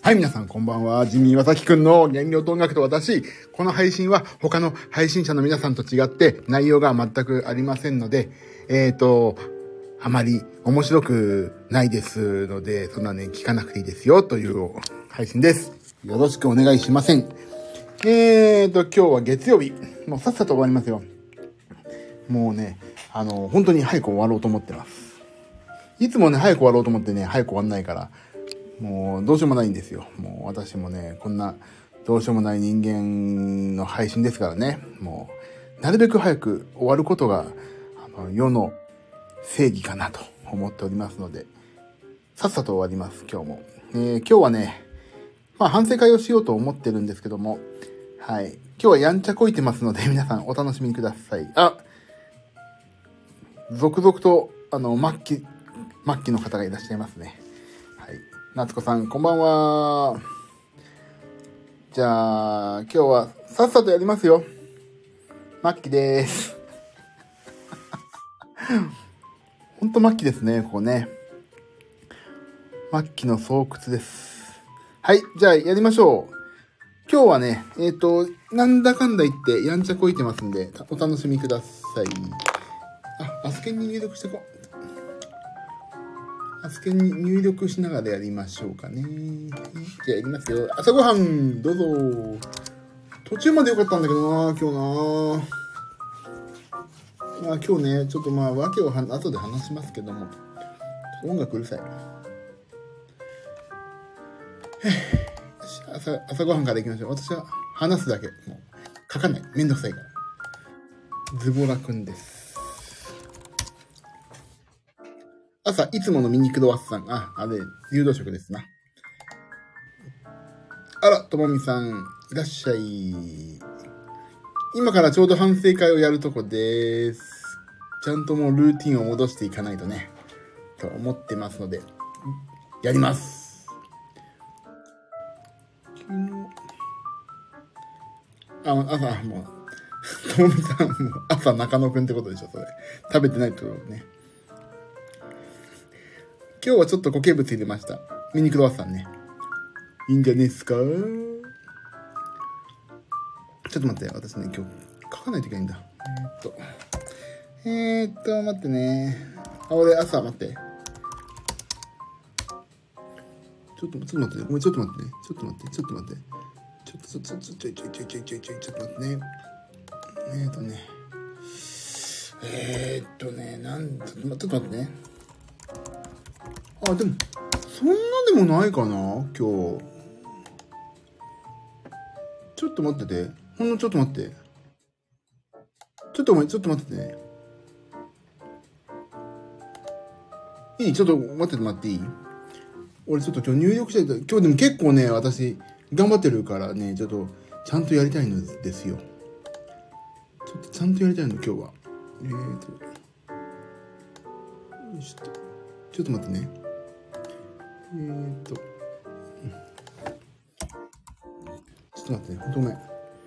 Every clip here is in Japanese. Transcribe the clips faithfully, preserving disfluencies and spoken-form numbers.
はい、皆さんこんばんは。ジミーわさきくんの原料と音楽と私。この配信は他の配信者の皆さんと違って内容が全くありませんので、えーと、あまり面白くないですので、そんなね、聞かなくていいですよという配信です。よろしくお願いしません。えーと、今日は月曜日。もうさっさと終わりますよ。もうね、あの、本当に早く終わろうと思ってます。いつもね、早く終わろうと思ってね、早く終わんないから、もうどうしようもないんですよ。もう私もね、こんなどうしようもない人間の配信ですからね。もう、なるべく早く終わることが、あの、世の正義かなと思っておりますので、さっさと終わります、今日も。えー、今日はね、まあ反省会をしようと思ってるんですけども、はい。今日はやんちゃこいてますので、皆さんお楽しみください。あ、続々と、あの、末期、末期の方がいらっしゃいますね。はい。夏子さん、こんばんは。じゃあ、今日はさっさとやりますよ。末期です。ほんと末期ですね、ここね。末期の巣窟です。はい、じゃあやりましょう。今日はね、えっと、なんだかんだ言ってやんちゃこいてますんで、お楽しみください。あ、アスケンに入力してこう。アスケンに入力しながらやりましょうかね。じゃあやりますよ。朝ごはん、どうぞ。途中まで良かったんだけどな、今日な。まあ今日ね、ちょっとまあ訳をは後で話しますけども、音楽うるさい。朝、朝ごはんから行きましょう。私は話すだけ。もう書かない。めんどくさいから。ズボラくんです。朝、いつものミニクロワッサン。あ、あれ、流動食ですな。あら、ともみさん、いらっしゃい。今からちょうど反省会をやるとこです。ちゃんともうルーティンを戻していかないとね、と思ってますので、やります。昨日、あ、朝、もう、ともみさん、もう朝中野くんってことでしょ、それ。食べてないってことね。今日はちょっと固形物入れました。ミニクロワッサンね。いいんじゃねえっすか？ちょっと待って、私ね、今日書かないといけないんだ。えー、っと。えー、っと、待ってね。あ、俺朝、待って。ちょっと、ちょっと待って、ごめん、ちょっと待ってね。ちょっと待って、ちょっと待って。ちょっと、ちょっと、ちょ、ちょ、ちょいちょいちょいちょいちょいちょい、ちょっと待ってね。えー、っとね。えー、っとね、なんちょっと、ちょっと待ってね。あ、でも、そんなでもないかな、今日。ちょっと待ってて。ほんのちょっと待って。ちょっとお前、ちょっと待っててね。いい？ちょっと待ってて待っていい？俺ちょっと今日入力してた。今日でも結構ね、私、頑張ってるからね、ちょっと、ちゃんとやりたいのですよ。ちょっとちゃんとやりたいの、今日は。えーと。よしと。ちょっと待ってね。えーと。うん、ちょっと待ってね、ほんとごめん。よ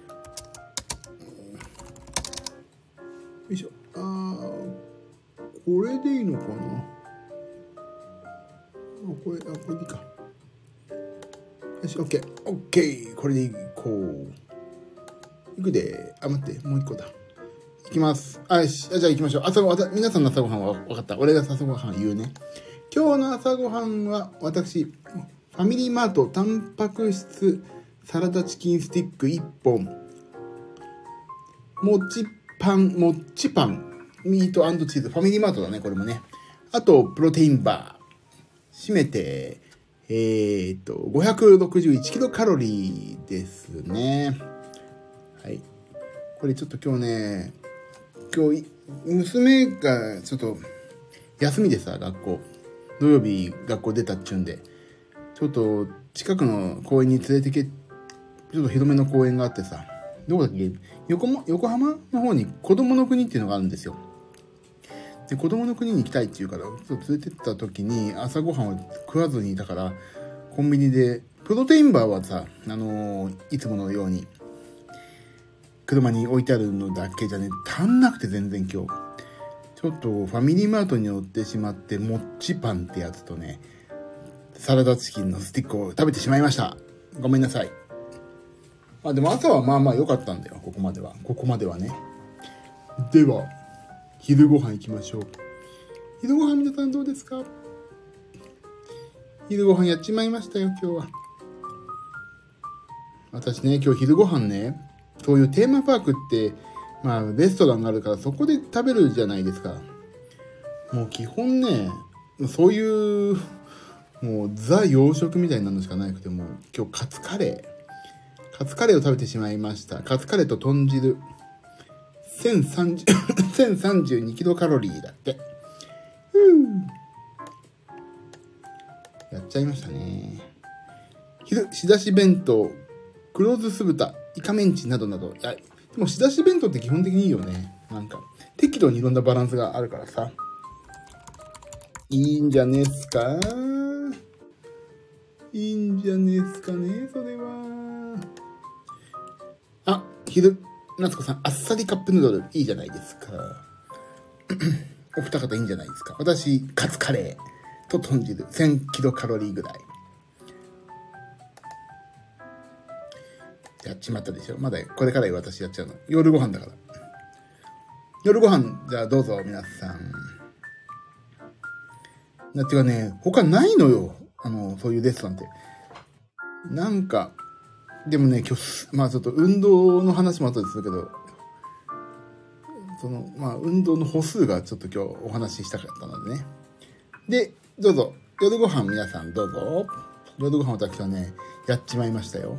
いしょ。あー、これでいいのかな。あ、これ、あ、これでいいか。よし、オッケー。オッケー。これでいこう。いくで。あ、待って、もう一個だ。いきます。あ、よし。じゃあ行きましょう。朝ご、皆さんの朝ごはんは分かった。俺が朝ごはん言うね。今日の朝ごはんは、私、ファミリーマートタンパク質サラダチキンスティックいっぽん。もちパン、もちパン。ミート&チーズ。ファミリーマートだね、これもね。あと、プロテインバー。締めて、えーっと、ごひゃくろくじゅういちキロカロリーですね。はい。これちょっと今日ね、今日、娘がちょっと休みでさ、学校。土曜日学校出たっちゅうんで、ちょっと近くの公園に連れてけ、ちょっと広めの公園があってさ、どこだっけ？横も、横浜の方に子供の国っていうのがあるんですよ。で、子供の国に行きたいって言うから、ちょっと連れてった時に朝ごはんを食わずにいたから、コンビニで、プロテインバーはさ、あのー、いつものように、車に置いてあるのだけじゃね、足んなくて全然今日。ちょっとファミリーマートに寄ってしまって、もっちパンってやつとね、 サラダチキンのスティックを食べてしまいました。ごめんなさい。まあでも朝はまあまあ良かったんだよ。ここまでは。ここまではね。では、昼ご飯行きましょう。昼ご飯皆さんどうですか？昼ご飯やっちまいましたよ、今日は。私ね、今日昼ご飯ね、そういうテーマパークって、まあレストランがあるからそこで食べるじゃないですか。もう基本ね、そういう、もうザ洋食みたいなのしかなくて、もう今日カツカレー。カツカレーを食べてしまいました。カツカレーと豚汁。せんさんじゅう、せんさんじゅうにキロカロリーだって。やっちゃいましたね。昼、仕出し弁当、黒酢酢豚、イカメンチなどなど。いや、でも仕出し弁当って基本的にいいよね。なんか、適度にいろんなバランスがあるからさ。いいんじゃねえっすか？いいんじゃねえっすかね、それは。あ、昼、夏子さん、あっさりカップヌードル、いいじゃないですか。お二方いいんじゃないですか。私、カツカレーと豚汁、せんキロカロリーぐらい。やっちまったでしょ。まだこれから私やっちゃうの。夜ご飯だから。夜ご飯、じゃあどうぞ、皆さん。だってかね、他ないのよ。あの、そういうレストランって。なんか、でもね、今日、まあちょっと運動の話も後でするけど、その、まあ運動の歩数がちょっと今日お話ししたかったのでね。で、どうぞ、夜ご飯皆さんどうぞ。夜ご飯私はね、やっちまいましたよ。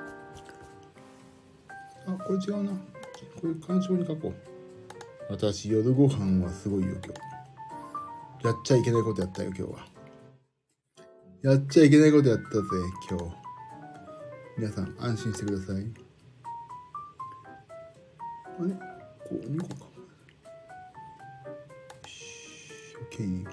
あ、これ違うな。これ干渉に書こう。私、夜ご飯はすごいよ、今日。やっちゃいけないことやったよ、今日は。やっちゃいけないことやったぜ、今日。皆さん、安心してください。あれこう、にこか。よし、OK。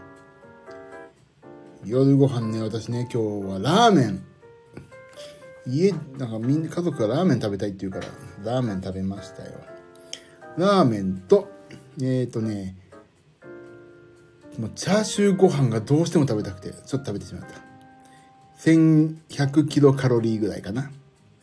夜ご飯ね、私ね、今日はラーメン。家、なんかみんな家族がラーメン食べたいって言うから、ラーメン食べましたよ。ラーメンと、えーとね、もうチャーシューご飯がどうしても食べたくて、ちょっと食べてしまった。せんひゃくキロカロリーぐらいかな。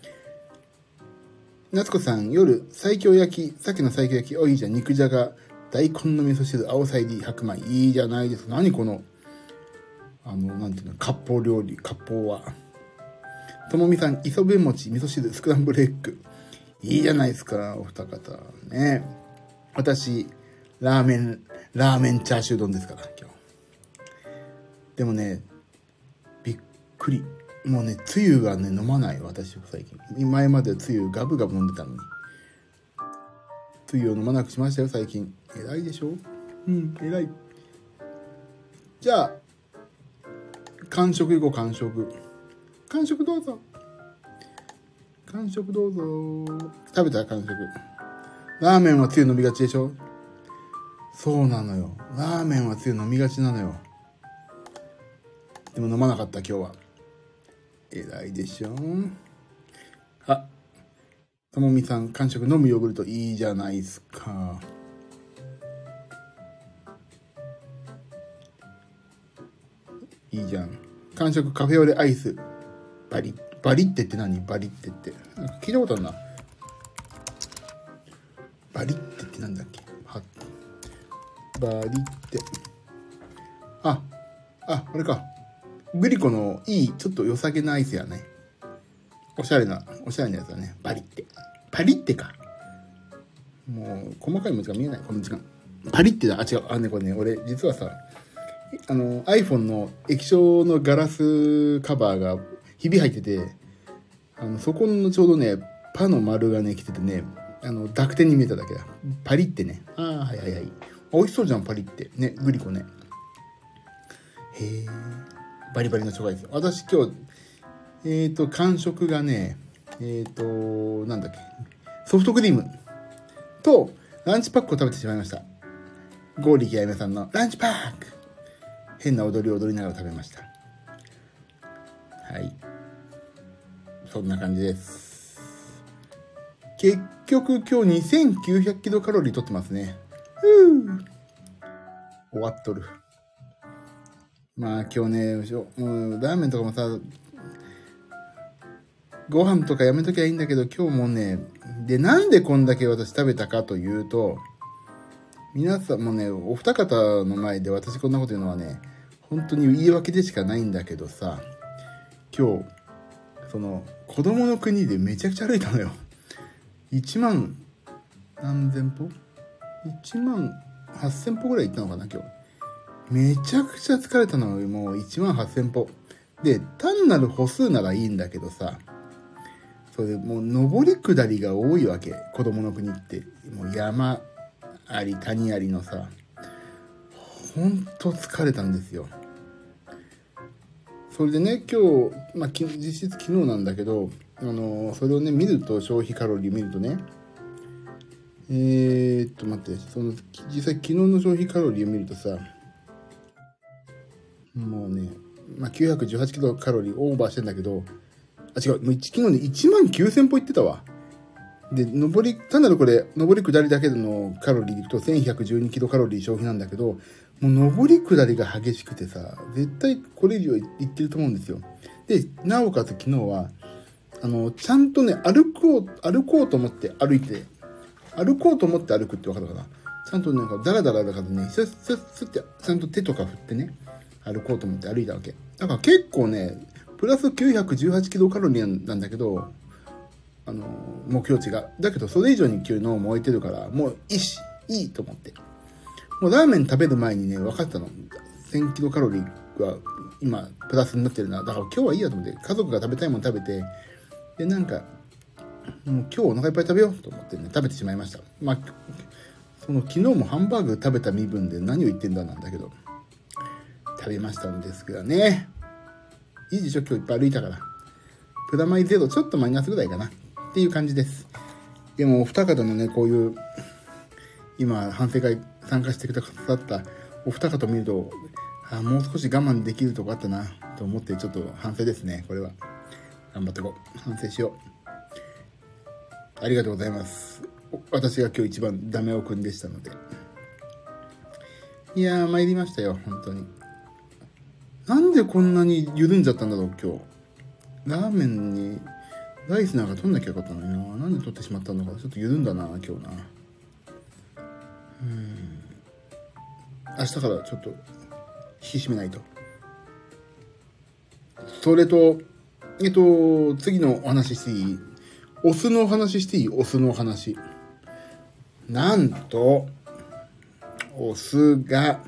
夏子さん、夜、西京焼き、さっきの西京焼き、おいいじゃん、肉じゃが、大根の味噌汁、青サイディ、白米、いいじゃないですか。何この、あの、なんていうの、割烹料理、割烹は。ともみさん、磯辺餅、味噌汁、スクランブルエッグ。いいじゃないですか、お二方。ね。私、ラーメン、ラーメンチャーシュー丼ですから、今日。でもね、びっくり。もうね、つゆがね、飲まない、私、最近。前までつゆガブガブ飲んでたのに。つゆを飲まなくしましたよ、最近。偉いでしょ？うん、偉い。じゃあ、完食行こう、完食。完食どうぞ。完食どうぞ。食べた？完食。ラーメンはつゆ飲みがちでしょ？そうなのよ。ラーメンはつゆ飲みがちなのよ。でも飲まなかった今日は。偉いでしょ。あ、ともみさん、完食飲むヨーグルトいいじゃないですか。いいじゃん。完食カフェオレアイス。バリ、バリってって何？バリってって。聞いたことあるな。バリってってなんだっけ？はバリって。あ、あ、これか。グリコのいい、ちょっと良さげなアイスやね。おしゃれな、おしゃれなやつだね。バリって。パリってか。もう、細かい文字が見えない、この時間。パリってだ。あ、違う。あ、ね、これね、俺、実はさ、あの、iPhone の液晶のガラスカバーがひび入ってて、あの、そこのちょうどね、パの丸がね、来ててね、あの、濁点に見えただけだ。パリってね。ああ、はいはいはい。美味しそうじゃん、パリって。ね、グリコね。へえ。バリバリのチョコアイス。私今日、えっと、完食がね、えっと、なんだっけ、ソフトクリームとランチパックを食べてしまいました。ゴーリキあやめさんのランチパック。変な踊りを踊りながら食べました。はい。そんな感じです。結局今日にせんきゅうひゃくキロカロリー取ってますね。ふぅ。終わっとる。 まあ今日ね、もうラーメンとかもさ、ご飯とかやめときゃいいんだけど、今日もね、で、なんでこんだけ私食べたかというと、皆さんもね、お二方の前で私こんなこと言うのはね、本当に言い訳でしかないんだけどさ、今日、その、子供の国でめちゃくちゃ歩いたのよ。いちまん何千歩 ?いちまんはっせん歩ぐらい行ったのかな、今日。めちゃくちゃ疲れたのよ、もういちまんはっせん歩。で、単なる歩数ならいいんだけどさ、それもう上り下りが多いわけ、子供の国って。もう山あり谷ありのさ、ほんと疲れたんですよ。それでね、今日、まあ、実質昨日なんだけど、あのー、それをね見ると、消費カロリー見るとね、えー、っと待って、その実際昨日の消費カロリーを見るとさ、もうね、まあ、きゅうひゃくじゅうはちキロカロリーオーバーしてんだけど、あ、違う、もう昨日ねいちまんきゅうせん歩いってたわ。で、上り、単なるこれ、上り下りだけでのカロリーでいくとせんひゃくじゅうにキロカロリー消費なんだけど、もう上り下りが激しくてさ、絶対これ以上いってると思うんですよ。で、なおかつ昨日は、あの、ちゃんとね、歩こう、歩こうと思って歩いて、歩こうと思って歩くって分かるかな。ちゃんとなんかダラダラだからね、スッスッスッって、ちゃんと手とか振ってね、歩こうと思って歩いたわけ。だから結構ね、プラスきゅうひゃくじゅうはちキロカロリーなんだけど、あの目標値がだけどそれ以上に昨日燃えてるから、もういいしいいと思って、もうラーメン食べる前にね分かったの、せんキロカロリーは今プラスになってるな、だから今日はいいやと思って、家族が食べたいもの食べて、でなんかもう今日お腹いっぱい食べようと思ってね食べてしまいました。まあその昨日もハンバーグ食べた身分で何を言ってんだなんだけど、食べましたんですがね、いいでしょ、今日いっぱい歩いたから。プラマイゼロちょっとマイナスぐらいかなっていう感じです。でもお二方のね、こういう今反省会参加してくださったお二方を見ると、あ、もう少し我慢できるとこあったなと思って、ちょっと反省ですね。これは頑張っていこう、反省しよう。ありがとうございます。私が今日一番ダメ男でしたので、いやー参りましたよ。本当になんでこんなに緩んじゃったんだろう。今日ラーメンにライスなんか取んなきゃよかったのにな。なんで取ってしまったのか、ちょっと緩んだな今日な。うん、明日からちょっと引き締めないと。それとえっと次のお話していい？お酢のお話していい？お酢のお話。なんとお酢が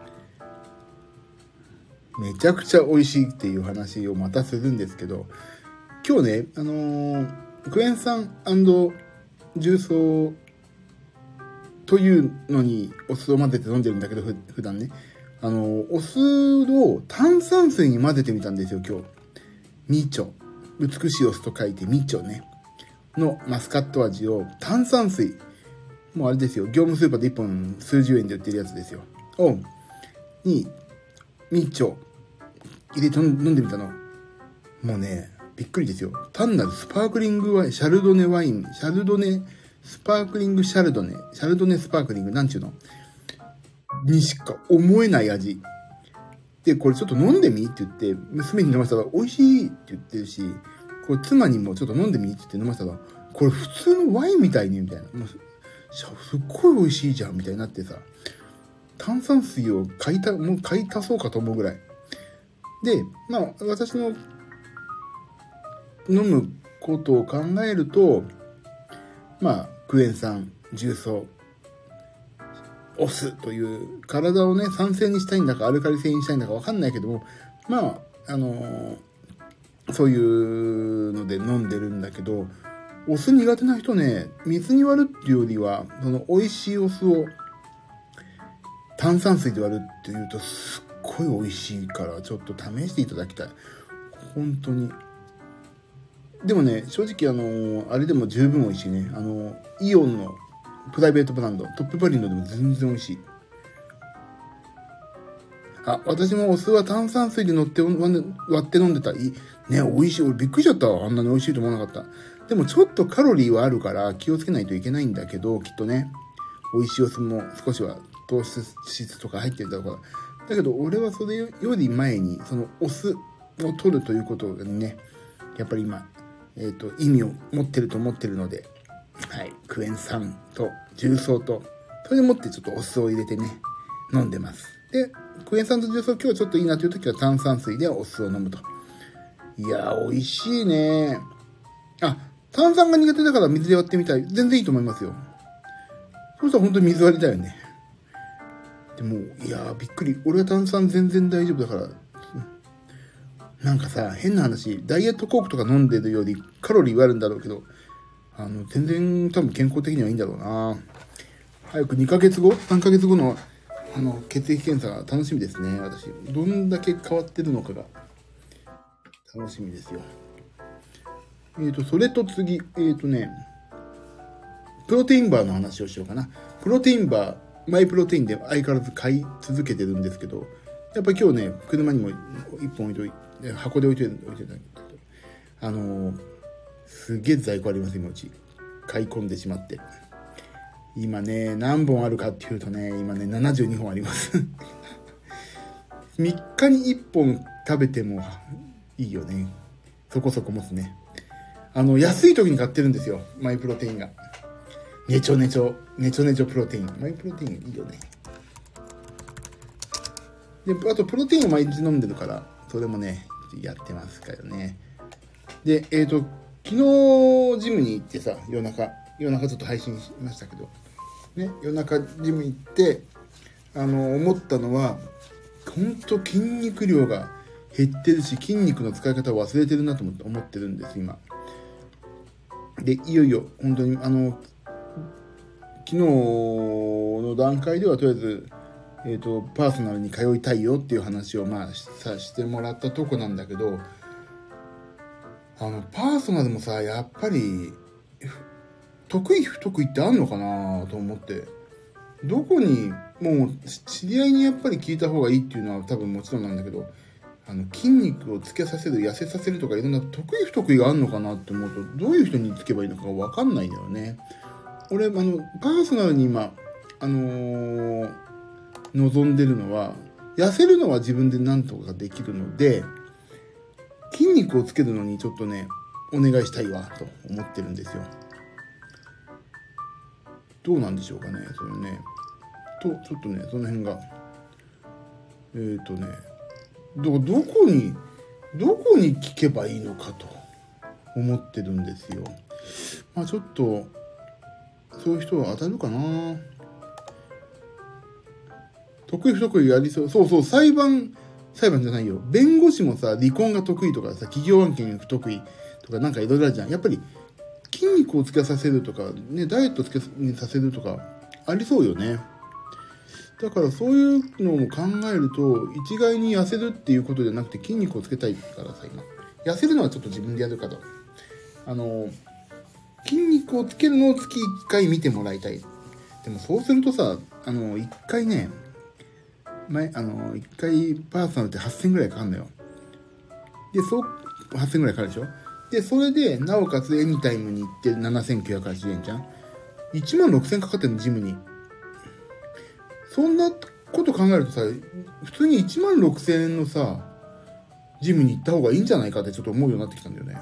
めちゃくちゃ美味しいっていう話をまたするんですけど、今日ね、あのー、クエン酸&重曹というのにお酢を混ぜて飲んでるんだけど、ふ普段ね、あのー、お酢を炭酸水に混ぜてみたんですよ、今日。みちょ。美しいお酢と書いてみちょね。のマスカット味を炭酸水。もうあれですよ、業務スーパーでいっぽん数十円で売ってるやつですよ。を、に、みちょ入れて飲んでみたの。もうね、びっくりですよ。単なるスパークリングワイン、シャルドネワイン、シャルドネ、スパークリングシャルドネ、シャルドネスパークリング、なんちゅうのにしか思えない味。で、これちょっと飲んでみって言って、娘に飲ませたら、美味しいって言ってるし、これ妻にもちょっと飲んでみって言って飲ませたら、これ普通のワインみたいに、みたいな。もうすっごい美味しいじゃん、みたいになってさ、炭酸水を買いた、もう買い足そうかと思うぐらい。で、まあ、私の飲むことを考えると、まあ、クエン酸、重曹、お酢という体をね、酸性にしたいんだかアルカリ性にしたいんだか分かんないけども、まあ、あのー、そういうので飲んでるんだけど、お酢苦手な人ね、水に割るっていうよりは、その美味しいお酢を炭酸水で割るっていうとすっごい美味しいから、ちょっと試していただきたい。本当に。でもね、正直あのあれでも十分美味しいね。あのイオンのプライベートブランドトップバリューのでも全然美味しい。あ、私もお酢は炭酸水で乗って割って飲んでた。いいね、美味しい。俺びっくりしちゃった。あんなに美味しいと思わなかった。でもちょっとカロリーはあるから気をつけないといけないんだけど、きっとね、美味しいお酢も少しは糖質とか入ってるだろうから、 だけど俺はそれより前にそのお酢を取るということにね、やっぱり今、えーと、意味を持ってると思ってるので、はい、クエン酸と重曹と、それでもってちょっとお酢を入れてね、飲んでます。で、クエン酸と重曹今日ちょっといいなという時は炭酸水でお酢を飲むと。いやー、美味しいね。あ、炭酸が苦手だから水で割ってみたい。全然いいと思いますよ。そしたら本当に水割りだよね。でも、いやー、びっくり。俺は炭酸全然大丈夫だから。なんかさ、変な話、ダイエットコークとか飲んでるよりカロリーはあるんだろうけど、あの、全然多分健康的にはいいんだろうな。早くにかげつご ?さん ヶ月後の、あの、血液検査が楽しみですね、私。どんだけ変わってるのかが、楽しみですよ。えーと、それと次、えーとね、プロテインバーの話をしようかな。プロテインバー、マイプロテインで相変わらず買い続けてるんですけど、やっぱり今日ね、車にも一本置いといて、箱で置いて、置いてたんだけど、あのー、すげえ在庫あります、今うち。買い込んでしまって。今ね、何本あるかっていうとね、今ね、ななじゅうにほんあります。みっかにいっぽん食べてもいいよね。そこそこ持つね。あの、安い時に買ってるんですよ。マイプロテインが。ねちょねちょ、ねちょねちょプロテイン。マイプロテインいいよね。で、あとプロテインを毎日飲んでるから、それもね、やってますからね。で、えっと、昨日ジムに行ってさ、夜中、夜中ちょっと配信しましたけど、ね、夜中ジム行って、あの、思ったのは、ほんと筋肉量が減ってるし、筋肉の使い方を忘れてるなと思ってるんです、今。で、いよいよ、本当に、あの、昨日の段階では、とりあえず、えっと、パーソナルに通いたいよっていう話を、まあ、さしてもらったとこなんだけど、あの、パーソナルもさ、やっぱり、得意不得意ってあんのかなと思って。どこに、もう、知り合いにやっぱり聞いた方がいいっていうのは多分もちろんなんだけど、あの、筋肉をつけさせる、痩せさせるとかいろんな得意不得意があんのかなって思うと、どういう人につけばいいのかわかんないんだよね。俺、あの、パーソナルに今、あのー、望んでるのは、痩せるのは自分で何とかできるので、筋肉をつけるのにちょっとね、お願いしたいわ、と思ってるんですよ。どうなんでしょうかね、それね。と、ちょっとね、その辺が、えっ、ー、とね、ど、どこに、どこに聞けばいいのかと思ってるんですよ。まあちょっと、そういう人は当たるかな。得意不得意やりそう。そうそう、裁判、裁判じゃないよ。弁護士もさ、離婚が得意とかさ、企業案件不得意とかなんかいろいろあるじゃん。やっぱり、筋肉をつけさせるとか、ね、ダイエットつけさせるとか、ありそうよね。だからそういうのを考えると、一概に痩せるっていうことじゃなくて筋肉をつけたいからさ、今。痩せるのはちょっと自分でやるかと。あの、筋肉をつけるのを月いっかい見てもらいたい。でもそうするとさ、あの、いっかいね、前、あの、いっかいパーソナルってはっせんえんぐらいかかるのよ。で、そう、はっせんえんぐらいかかるでしょ。で、それで、なおかつエニタイムに行ってななせんきゅうひゃくはちじゅうえんじゃん。いちまんろくせんえんかかってんの、ジムに。そんなこと考えるとさ、普通にいちまんろくせんえんのさ、ジムに行った方がいいんじゃないかってちょっと思うようになってきたんだよね。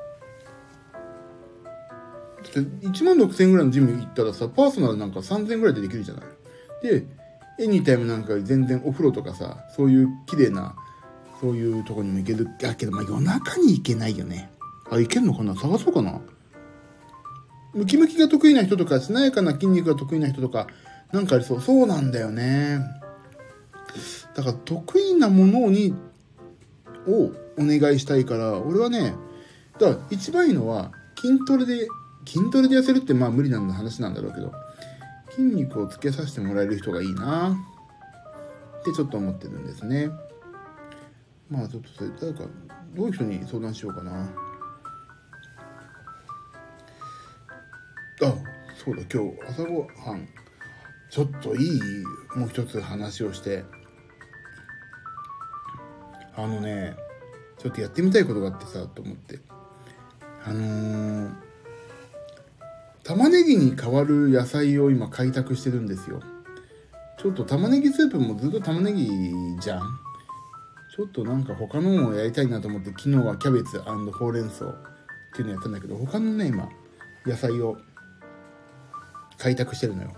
だっていちまんろくせんえんぐらいのジム行ったらさ、パーソナルなんかさんぜんえんぐらいでできるじゃない。で、エニタイムなんか全然お風呂とかさ、そういう綺麗な、そういうとこにも行ける。だけど、まあ夜中に行けないよね。あ、行けんのかな、探そうかな。ムキムキが得意な人とか、しなやかな筋肉が得意な人とか、なんかありそう。そうなんだよね。だから得意なものに、をお願いしたいから、俺はね、だから一番いいのは、筋トレで、筋トレで痩せるってまあ無理な話なんだろうけど、筋肉をつけさせてもらえる人がいいなってちょっと思ってるんですね。まあちょっとそれ、誰か、どういう人に相談しようかな。あ、そうだ、今日朝ごはん、ちょっといい、もう一つ話をして、あのね、ちょっとやってみたいことがあってさ、と思って。あのー、玉ねぎに代わる野菜を今開拓してるんですよ。 ちょっと玉ねぎスープもずっと玉ねぎじゃん。ちょっとなんか他のもやりたいなと思って、昨日はキャベツ&ほうれん草っていうのやったんだけど、他のね、今、野菜を開拓してるのよ。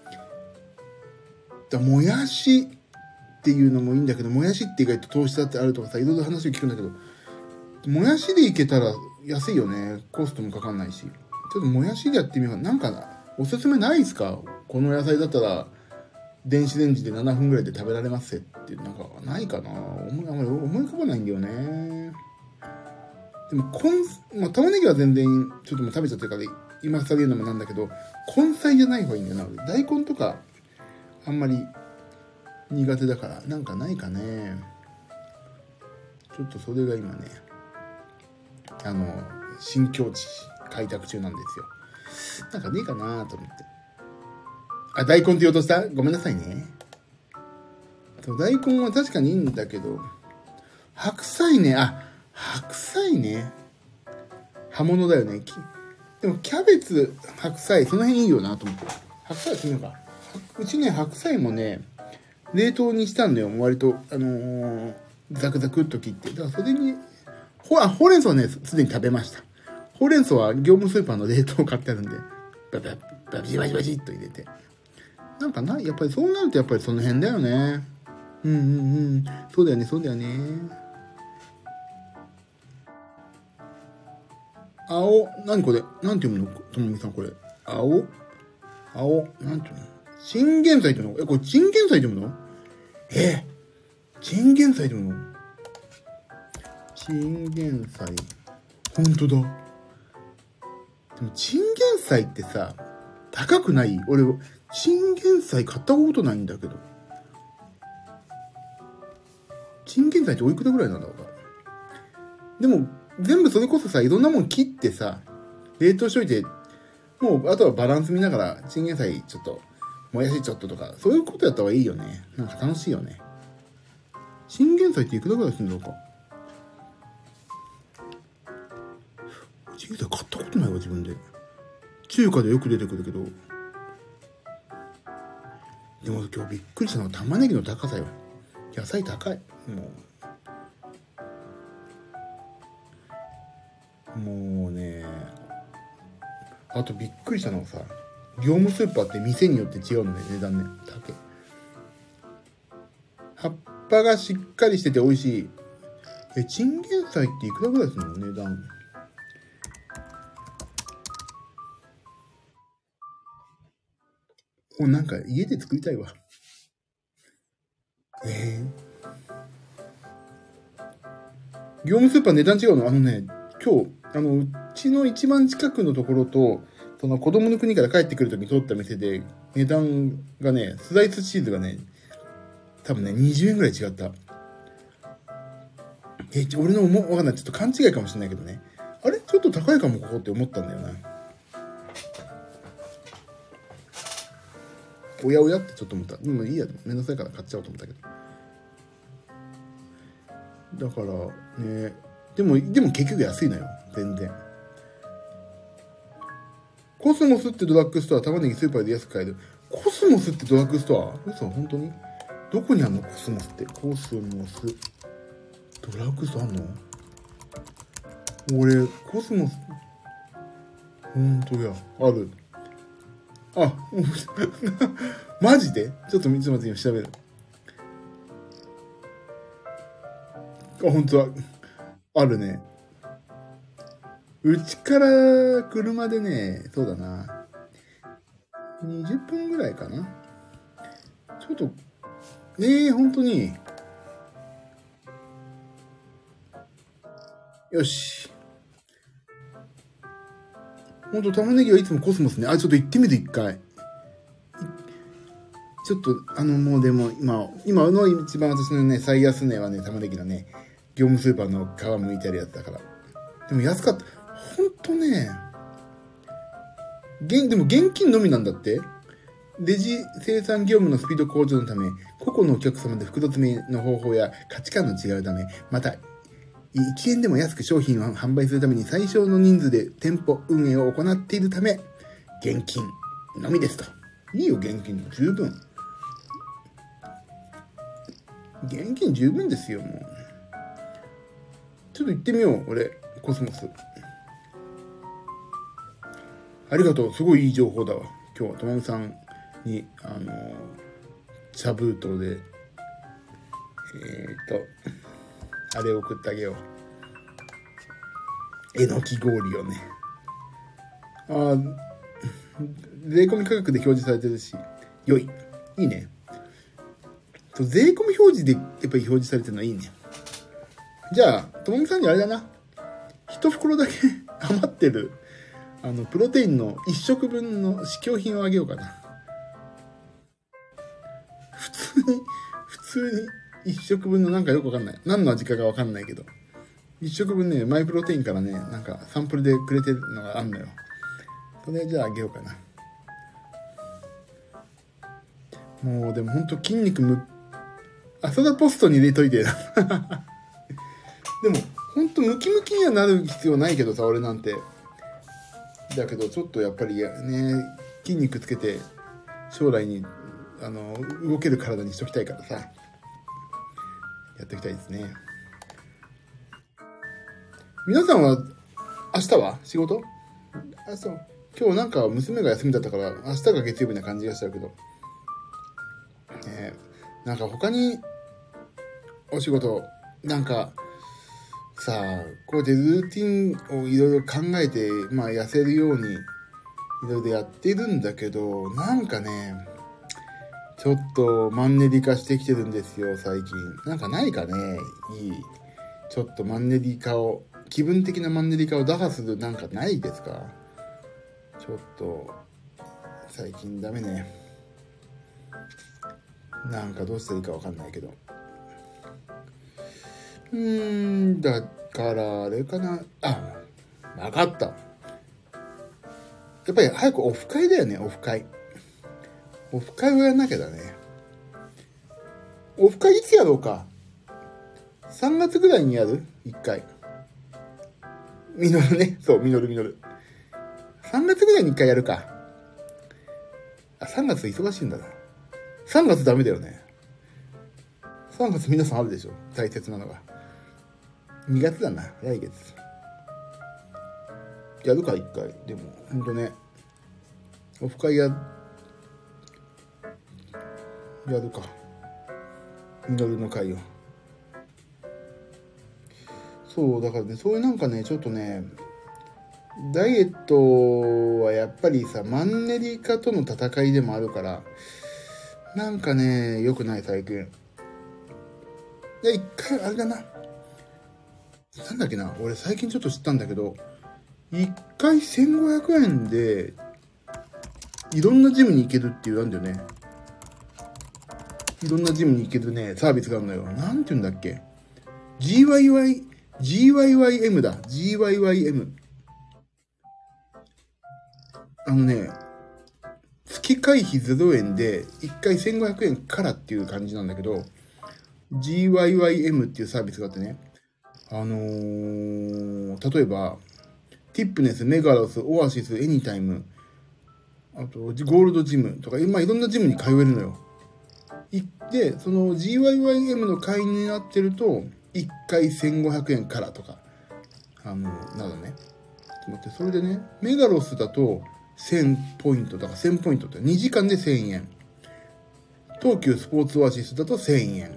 だもやしっていうのもいいんだけど、もやしって意外と糖質だってあるとかさ、いろいろ話を聞くんだけど、もやしでいけたら安いよね。コストもかかんないし。ちょっともやしでやってみようか。なんかおすすめないですか？この野菜だったら電子レンジでななふんぐらいで食べられますってなんかないかな。思いあんまり思い浮かばないんだよね。でも根、まあ、玉ねぎは全然ちょっともう食べちゃってるから今更言うのもなんだけど、根菜じゃない方がいいんだよな。大根とかあんまり苦手だからなんかないかね。ちょっとそれが今ね、あの新境地開拓中なんですよ。なんかねえかなと思って。あ、大根って言おうとした？ごめんなさいね。大根は確かにいいんだけど、白菜ね、あ、白菜ね。葉物だよね。でもキャベツ、白菜、その辺いいよなと思って。白菜はするのか。うちね、白菜もね、冷凍にしたんだよ。割と、あのー、ザクザクっと切って。だからそれに、ほ、あ、ほうれん草はね、すでに食べました。ほうれん草は業務スーパーの冷凍買ってあるんで、ババババジバジバジっと入れて。なんかな、やっぱりそうなるとやっぱりその辺だよね。うんうんうん。そうだよね、そうだよね。青、何これ？なんて読むの？ともみさんこれ。青青、なんて読むの？チンゲン菜って読むの？え、これチンゲン菜って読むの？えチンゲン菜って読むの？チンゲン菜。ほんとだ。でもチンゲン菜ってさ、高くない？俺、チンゲン菜買ったことないんだけど。チンゲン菜っておいくらぐらいなんだろうか。でも、全部それこそさ、いろんなもん切ってさ、冷凍しといて、もう、あとはバランス見ながら、チンゲン菜ちょっと、もやしちょっととか、そういうことやった方がいいよね。なんか楽しいよね。チンゲン菜っていくらぐらいするんだろうか。チンゲン菜買ったことないわ、自分で。中華でよく出てくるけど。でも今日びっくりしたのは玉ねぎの高さよ。野菜高い。もう。もうね。あとびっくりしたのはさ、業務スーパーって店によって違うのね、値段ね。高い。葉っぱがしっかりしてて美味しい。え、チンゲン菜っていくらぐらいするの？値段。もうなんか家で作りたいわ。えー、業務スーパー値段違うの？あのね、今日、あの、うちの一番近くのところと、その子供の国から帰ってくるときに通った店で、値段がね、スライスチーズがね、多分ね、にじゅうえんぐらい違った。え、俺の思う、わかんない。ちょっと勘違いかもしれないけどね。あれちょっと高いかも、ここって思ったんだよな。おやおやってちょっと思った。でもいいや、めんどくさいから買っちゃおうと思ったけど。だからね、でも、でも結局安いのよ。全然。コスモスってドラッグストア、玉ねぎスーパーで安く買える。コスモスってドラッグストア？嘘？本当に？どこにあんのコスモスって。コスモス。ドラッグストアあんの？俺、コスモス、ほんとや、ある。あ、マジで？ちょっと、ちょっと待って、今調べる。あ、ほんとだ。あるね。うちから車でね、そうだな。にじゅっぷんぐらいかな。ちょっと、ええー、ほんとに。よし。ほんと、玉ねぎはいつもコスモスね。あ、ちょっと行ってみる、一回。ちょっと、あの、もうでも、今、今の一番私のね、最安値はね、玉ねぎのね、業務スーパーの皮剥いてあるやつだから。でも安かった。ほんとね、現、でも現金のみなんだって。レジ生産業務のスピード向上のため、個々のお客様で複雑めの方法や価値観の違うため、また、いちえんでも安く商品を販売するために最小の人数で店舗運営を行っているため、現金のみですと。いいよ、現金十分。 現金十分ですよ。もうちょっと行ってみよう。俺コスモスありがとう。すごいいい情報だわ。今日はともみさんにあの茶封筒でえー、とあれを送ってあげよう。えのき氷をね。あ税込み価格で表示されてるし、良い。いいね。税込み表示でやっぱり表示されてるのはいいね。じゃあともみさんにあれだな、一袋だけ余ってるあのプロテインの一食分の試供品をあげようかな。普通に普通に一食分のなんかよくわかんない、何の味かがわかんないけど、一食分ねマイプロテインからねなんかサンプルでくれてるのがあんのよ。それじゃああげようかな。もうでもほんと筋肉むあそだポストに入れといてでもほんとムキムキにはなる必要ないけどさ、俺なんて。だけどちょっとやっぱりね筋肉つけて将来にあの動ける体にしときたいからさ、やっていきたいですね。皆さんは明日は仕事？明日は今日なんか娘が休みだったから明日が月曜日な感じがしちゃうけど、ね、なんか他にお仕事なんかさあこうやってルーティンをいろいろ考えて、まあ、痩せるようにいろいろやってるんだけど、なんかねちょっとマンネリ化してきてるんですよ最近。なんかないかね、いいちょっとマンネリ化を、気分的なマンネリ化を打破するなんかないですか？ちょっと最近ダメね。なんかどうしたらいいかわかんないけど、うーんだからあれかなあ、分かった。やっぱり早くオフ会だよね。オフ会オフ会をやんなきゃだね。オフ会いつやろうか。さんがつぐらいにやる？いっかい。ミノルね。そう、ミノルミノル。さんがつぐらいにいっかいやるか。あ、さんがつ忙しいんだな。さんがつダメだよね。さんがつ皆さんあるでしょ。大切なのが。にがつだな。来月。やるか、いっかい。でも、ほんとね。オフ会や、やるか。ミノルの会を。そうだからね、そういうなんかねちょっとねダイエットはやっぱりさマンネリ化との戦いでもあるからなんかね良くない最近。で一回あれだな、なんだっけな、俺最近ちょっと知ったんだけど一回せんごひゃくえんでいろんなジムに行けるっていうなんだよね。いろんなジムに行けるねサービスがあるのよ。なんて言うんだっけ、 ジーワイワイジーワイワイエム だ。 ジーワイワイエム あのね月会費ゼロえんでいっかいせんごひゃくえんからっていう感じなんだけど ジーワイワイエム っていうサービスがあってね、あのー、例えばティップネス、メガロス、オアシス、エニタイム、あとゴールドジムとか、まあ、いろんなジムに通えるのよ。でその ジーワイワイエム の会員になってるといっかいせんごひゃくえんからとかあのなどね。ちょっと待って、それでねメガロスだとせんポイントだからせんポイントってにじかんでせんえん、東急スポーツオアシスだとせんえん、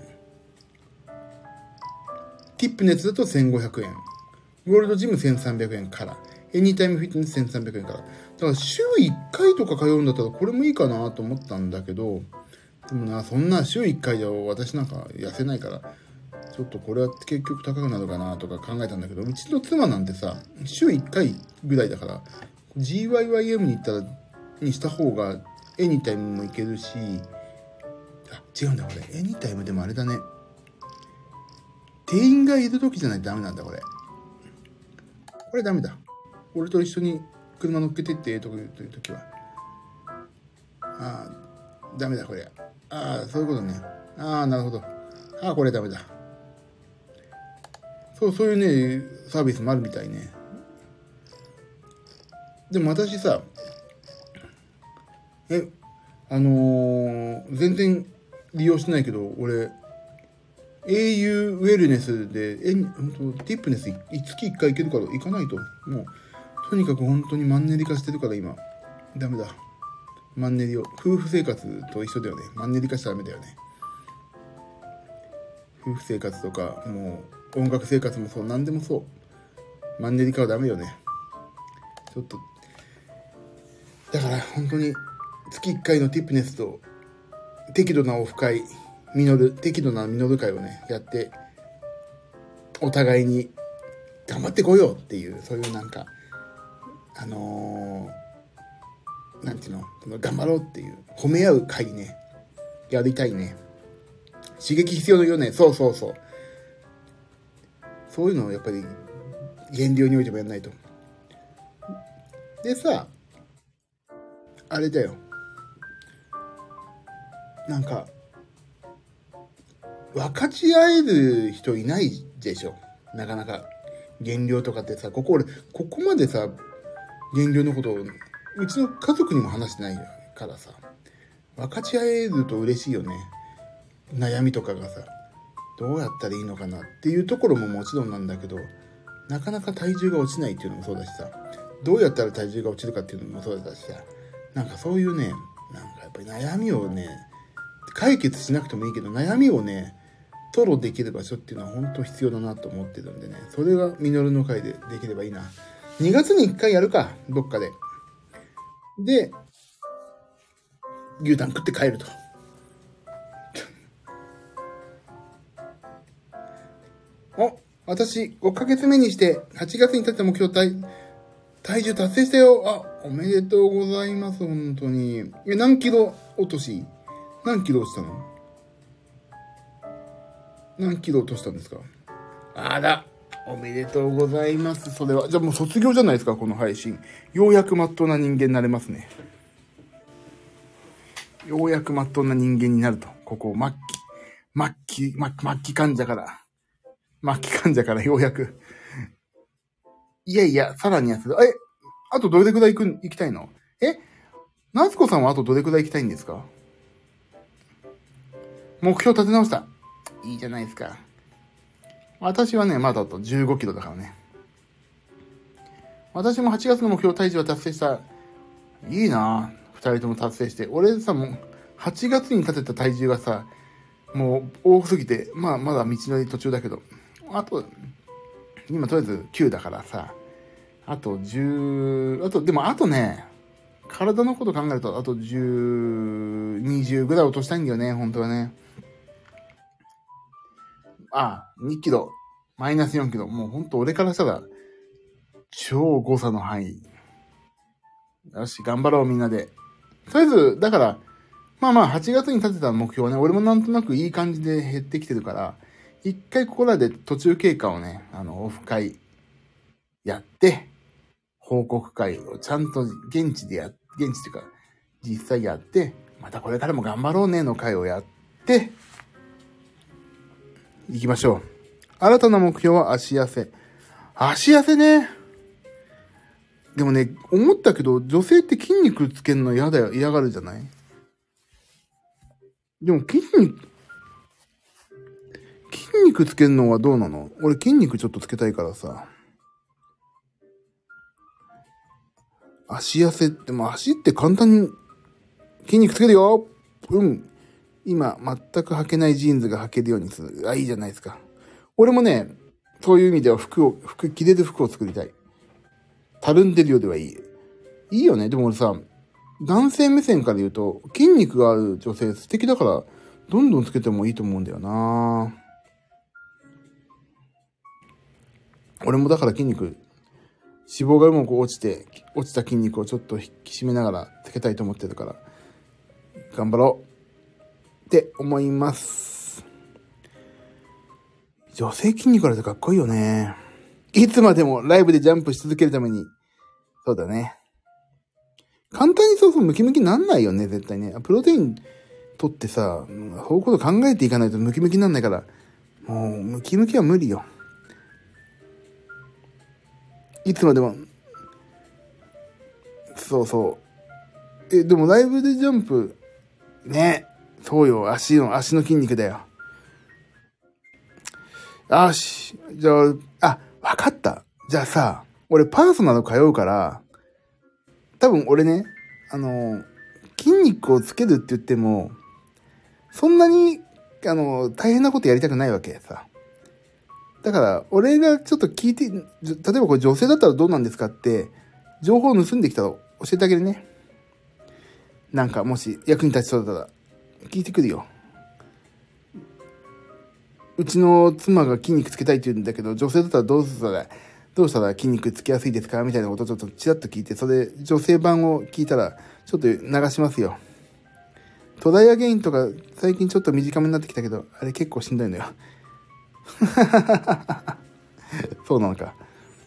ティップネスだとせんごひゃくえん、ゴールドジムせんさんびゃくえんから、エニタイムフィットネスせんさんびゃくえんから。だから週いっかいとか通うんだったらこれもいいかなと思ったんだけど、でもな、そんな週いっかいじゃ私なんか痩せないからちょっとこれは結局高くなるかなとか考えたんだけど、うちの妻なんてさ週いっかいぐらいだから ジーワイワイエム に行ったらにした方がエニタイムも行けるし、あ違うんだこれエニタイムでもあれだね、店員がいる時じゃないとダメなんだこれ。これダメだ。俺と一緒に車乗っけてってとかいう時はああダメだこれ。ああそういうことね。ああなるほど。ああこれダメだ。そうそういうねサービスもあるみたいね。でも私さえあのー、全然利用してないけど俺エーユー ウェルネスで、え、本当ティップネス、月いっかい行けるから行かないと。もう、とにかく本当にマンネリ化してるから今。ダメだ。マンネリを。夫婦生活と一緒だよね。マンネリ化しちゃダメだよね。夫婦生活とか、もう、音楽生活もそう、何でもそう。マンネリ化はダメよね。ちょっと、だから本当に、月いっかいのティップネスと、適度なオフ会、実る、適度な実る会をね、やって、お互いに頑張ってこようっていう、そういうなんか、あのー、なんていうの、頑張ろうっていう、褒め合う会ね、やりたいね。刺激必要よね、そうそうそう。そういうのをやっぱり、減量においてもやんないと。でさ、あれだよ。なんか、分かち合える人いないでしょ。なかなか。減量とかってさ、ここ俺、ここまでさ、減量のことを、うちの家族にも話してないからさ、分かち合えると嬉しいよね。悩みとかがさ、どうやったらいいのかなっていうところももちろんなんだけど、なかなか体重が落ちないっていうのもそうだしさ、どうやったら体重が落ちるかっていうのもそうだしさ、なんかそういうね、なんかやっぱり悩みをね、解決しなくてもいいけど、悩みをね、吐露できる場所っていうのは本当必要だなと思ってるんでね、それがミノルの会でできればいいな。にがつにいっかいやるか、どっかで。で、牛タン食って帰ると。お、私、ごかげつめにして、はちがつに立てた目標体、体重達成したよ。あ、おめでとうございます、本当に。え、何キロ落とし何キロ落ちたの何キロ落としたんですか？あら、おめでとうございます。それは。じゃあもう卒業じゃないですか、この配信。ようやくまっとうな人間になれますね。ようやくまっとうな人間になると。ここ、末期、末期、末期患者から。末期患者からようやく。いやいや、さらにやつ。え、あとどれくらい行く、行きたいの？え、夏子さんはあとどれくらい行きたいんですか？目標立て直した。いいじゃないですか。私はね、まだあとじゅうごキロだからね。私もはちがつの目標体重は達成した。いいなぁ。二人とも達成して。俺さ、もう、はちがつに立てた体重がさ、もう多すぎて、まあまだ道のり途中だけど、あと、今とりあえずきゅうだからさ、あとじゅう、あと、でもあとね、体のこと考えると、あとじゅう、にじゅうぐらい落としたいんだよね、本当はね。あ、にキロ、マイナスよんキロ。もうほんと俺からしたら、超誤差の範囲。よし、頑張ろうみんなで。とりあえず、だから、まあまあ、はちがつに立てた目標はね、俺もなんとなくいい感じで減ってきてるから、一回ここらで途中経過をね、あの、オフ会やって、報告会をちゃんと現地でや、現地っていうか、実際やって、またこれからも頑張ろうねの会をやって、行きましょう。新たな目標は足痩せ。足痩せね。でもね、思ったけど、女性って筋肉つけるの嫌だよ、嫌がるじゃない？でも筋肉、筋肉つけるのはどうなの？俺筋肉ちょっとつけたいからさ。足痩せって、も足って簡単に筋肉つけるよ。うん。今、全く履けないジーンズが履けるようにする。あ、いいじゃないですか。俺もね、そういう意味では服を、服、着れる服を作りたい。たるんでるようではいい。いいよね。でも俺さ、男性目線から言うと、筋肉がある女性素敵だから、どんどんつけてもいいと思うんだよな。俺もだから筋肉、脂肪がうまく落ちて、落ちた筋肉をちょっと引き締めながらつけたいと思ってるから、頑張ろうって思います。女性筋肉あるとかっこいいよね。いつまでもライブでジャンプし続けるために、そうだね。簡単にそうそうムキムキなんないよね、絶対ね。プロテイン取ってさ、そういうこと考えていかないとムキムキなんないから、もうムキムキは無理よ。いつまでも、そうそう。え、でもライブでジャンプ、ね。そうよ、足の、足の筋肉だよ。 よし。じゃあ、あ、わかった。じゃあさ、俺パーソナル通うから、多分俺ね、あの、筋肉をつけるって言っても、そんなに、あの、大変なことやりたくないわけさ。だから、俺がちょっと聞いて、例えばこれ女性だったらどうなんですかって、情報を盗んできたら教えてあげるね。なんか、もし役に立ちそうだったら、聞いてくるよ。うちの妻が筋肉つけたいって言うんだけど、女性だったらどうしたら、どうしたら筋肉つけやすいですかみたいなことをちょっとちらっと聞いて、それ、女性版を聞いたら、ちょっと流しますよ。トライアゲインとか、最近ちょっと短めになってきたけど、あれ結構しんどいのよ。そうなのか。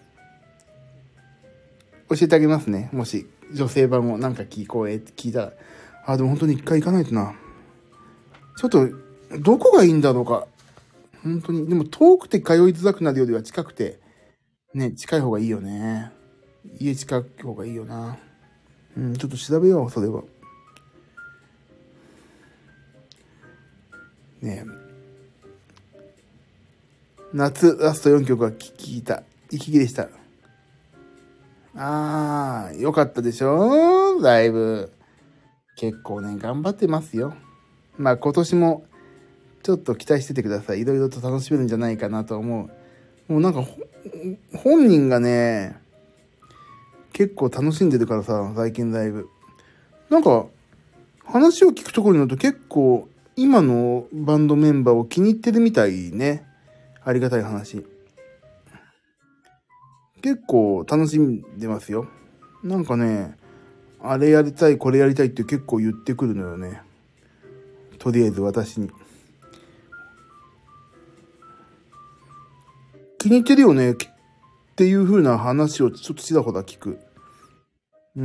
教えてあげますね。もし、女性版をなんか聞こえって聞いたら。あ、でも本当に一回行かないとな。ちょっと、どこがいいんだろうか。本当に。でも遠くて通いづらくなるよりは近くて、ね、近い方がいいよね。家近い方がいいよな。うん、ちょっと調べよう、それは。ねえ。夏ラストよんきょくは聞いた。息切れした。あー、よかったでしょライブ。結構ね、頑張ってますよ。まあ今年も、ちょっと期待しててください。いろいろと楽しめるんじゃないかなと思う。もうなんか、本人がね、結構楽しんでるからさ、最近ライブ。なんか、話を聞くところによると結構、今のバンドメンバーを気に入ってるみたいね。ありがたい話。結構楽しんでますよ。なんかね、あれやりたい、これやりたいって結構言ってくるのよね。とりあえず私に。気に入ってるよねっていう風な話をちょっとちらほら聞く。うん。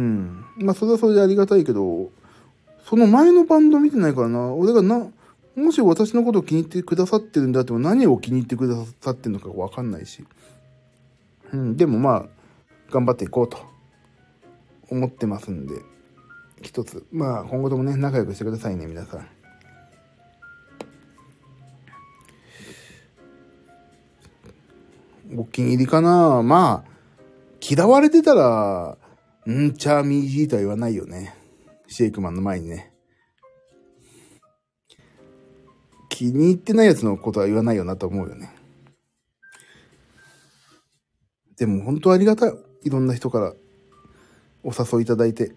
まあそれはそれでありがたいけど、その前のバンド見てないからな。俺がな、もし私のことを気に入ってくださってるんだっても何を気に入ってくださってるのかわかんないし。うん。でもまあ、頑張っていこうと思ってますんで。一つ。まあ今後ともね、仲良くしてくださいね、皆さん。お気に入りかな。まあ、嫌われてたら、んーチャーミージーとは言わないよね。シェイクマンの前にね。気に入ってないやつのことは言わないよなと思うよね。でも本当ありがたい。いろんな人からお誘いいただいて。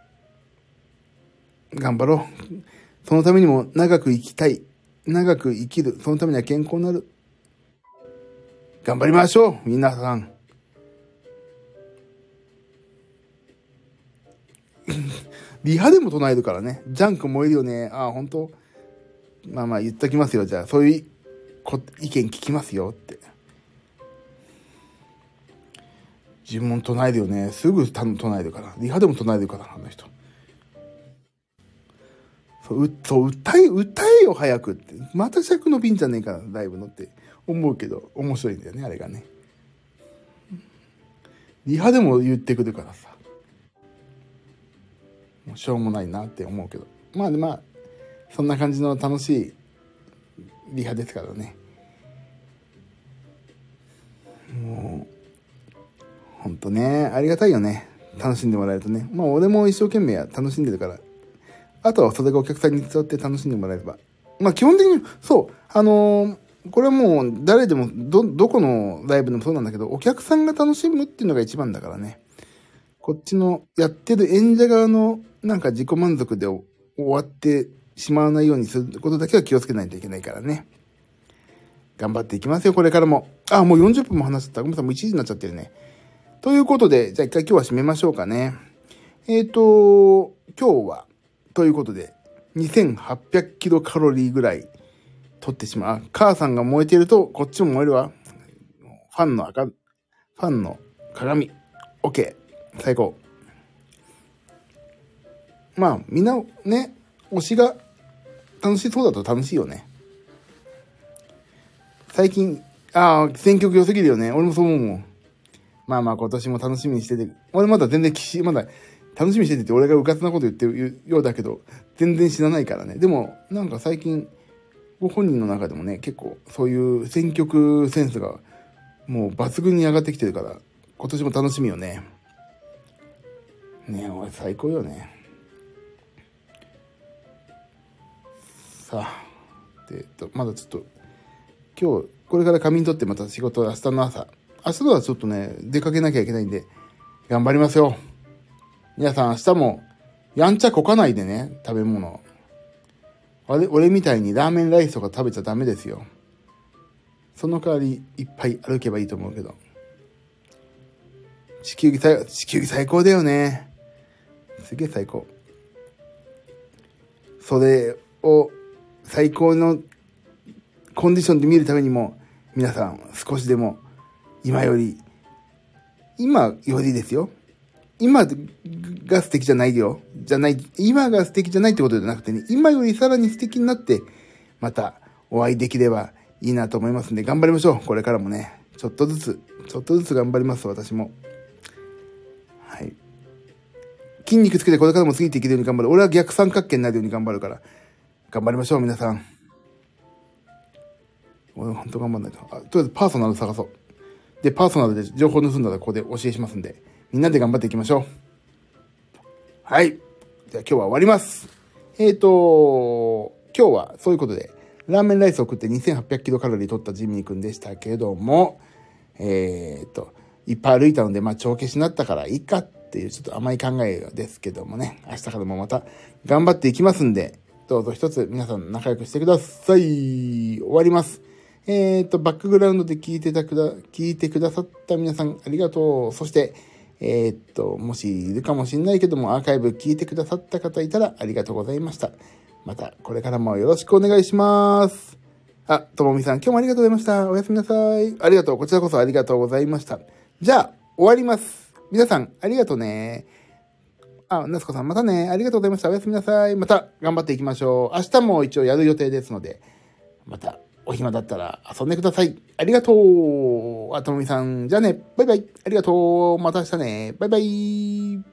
頑張ろう。そのためにも長く生きたい。長く生きる。そのためには健康になる。頑張りましょう。皆さん。リハでも唱えるからね。ジャンク燃えるよね。ああ、本当。まあまあ言っときますよ。じゃあ、そういうこ意見聞きますよって。自分も唱えるよね。すぐ唱えるから。リハでも唱えるから、あの人。そう、うそう、歌え、歌えよ、早くって。また尺伸びんじゃねえかな、ライブのって思うけど、面白いんだよね、あれがね。リハでも言ってくるからさ。もうしょうもないなって思うけど。まあまあ、そんな感じの楽しいリハですからね。もう、ほんとね、ありがたいよね。楽しんでもらえるとね。まあ俺も一生懸命楽しんでるから。あとはそれがお客さんに伝わって楽しんでもらえれば。まあ基本的に、そう、あのー、これはもう誰でも、ど、どこのライブでもそうなんだけど、お客さんが楽しむっていうのが一番だからね。こっちのやってる演者側のなんか自己満足で終わってしまわないようにすることだけは気をつけないといけないからね。頑張っていきますよ、これからも。あ、もうよんじゅっぷんも話してた。ごめんなさい、もういちじになっちゃってるね。ということで、じゃあ一回今日は締めましょうかね。えっと、今日は、ということで、にせんはっぴゃくキロカロリーぐらい取ってしまう。母さんが燃えていると、こっちも燃えるわ。ファンの赤、ファンの鏡。OK。最高。まあ、みんなね、推しが楽しそうだと楽しいよね。最近、ああ、選曲良すぎるよね。俺もそう思うもん。まあまあ今年も楽しみにしてて、俺まだ全然騎士、まだ楽しみにしててって俺がうかつなこと言ってるようだけど、全然知らないからね。でも、なんか最近、 ご本人の中でもね、結構そういう選曲センスがもう抜群に上がってきてるから、今年も楽しみよね。ねえ、おい、最高よね。さあ、で、えっと、まだちょっと、今日、これから仮眠取ってまた仕事、明日の朝。明日のはちょっとね、出かけなきゃいけないんで、頑張りますよ。皆さん明日も、やんちゃこかないでね、食べ物。あれ、俺みたいにラーメンライスとか食べちゃダメですよ。その代わり、いっぱい歩けばいいと思うけど。地球儀最、地球儀最高だよね。すげえ最高。それを最高のコンディションで見るためにも、皆さん少しでも今より、今よりですよ。今が素敵じゃないよ。じゃない、今が素敵じゃないってことじゃなくてね、今よりさらに素敵になって、またお会いできればいいなと思いますんで、頑張りましょう。これからもね、ちょっとずつ、ちょっとずつ頑張ります、私も。はい。筋肉つけてこれからもついていけるように頑張る。俺は逆三角形になるように頑張るから、頑張りましょう、皆さん。俺本当頑張んないと。あ、とりあえずパーソナル探そう。で、パーソナルで情報盗んだらここで教えしますんで、みんなで頑張っていきましょう。はい。じゃあ今日は終わります。えーと、今日はそういうことで、ラーメンライスを食ってにせんはっぴゃくキロカロリー取ったジミーくんでしたけども、えーと、いっぱい歩いたので、まあ、帳消しになったからいいかっていうちょっと甘い考えですけどもね、明日からもまた頑張っていきますんで、どうぞ一つ皆さん仲良くしてください。終わります。えーと、バックグラウンドで聞いてたくだ、聞いてくださった皆さんありがとう。そして、えーと、もしいるかもしれないけども、アーカイブ聞いてくださった方いたらありがとうございました。また、これからもよろしくお願いします。あ、ともみさん、今日もありがとうございました。おやすみなさい。ありがとう。こちらこそありがとうございました。じゃあ、終わります。皆さん、ありがとうね。あ、なつこさん、またね。ありがとうございました。おやすみなさい。また、頑張っていきましょう。明日も一応やる予定ですので、また、お暇だったら遊んでください。ありがとう。あ、ともみさん、じゃあね。バイバイ。ありがとう。また明日ね。バイバイ。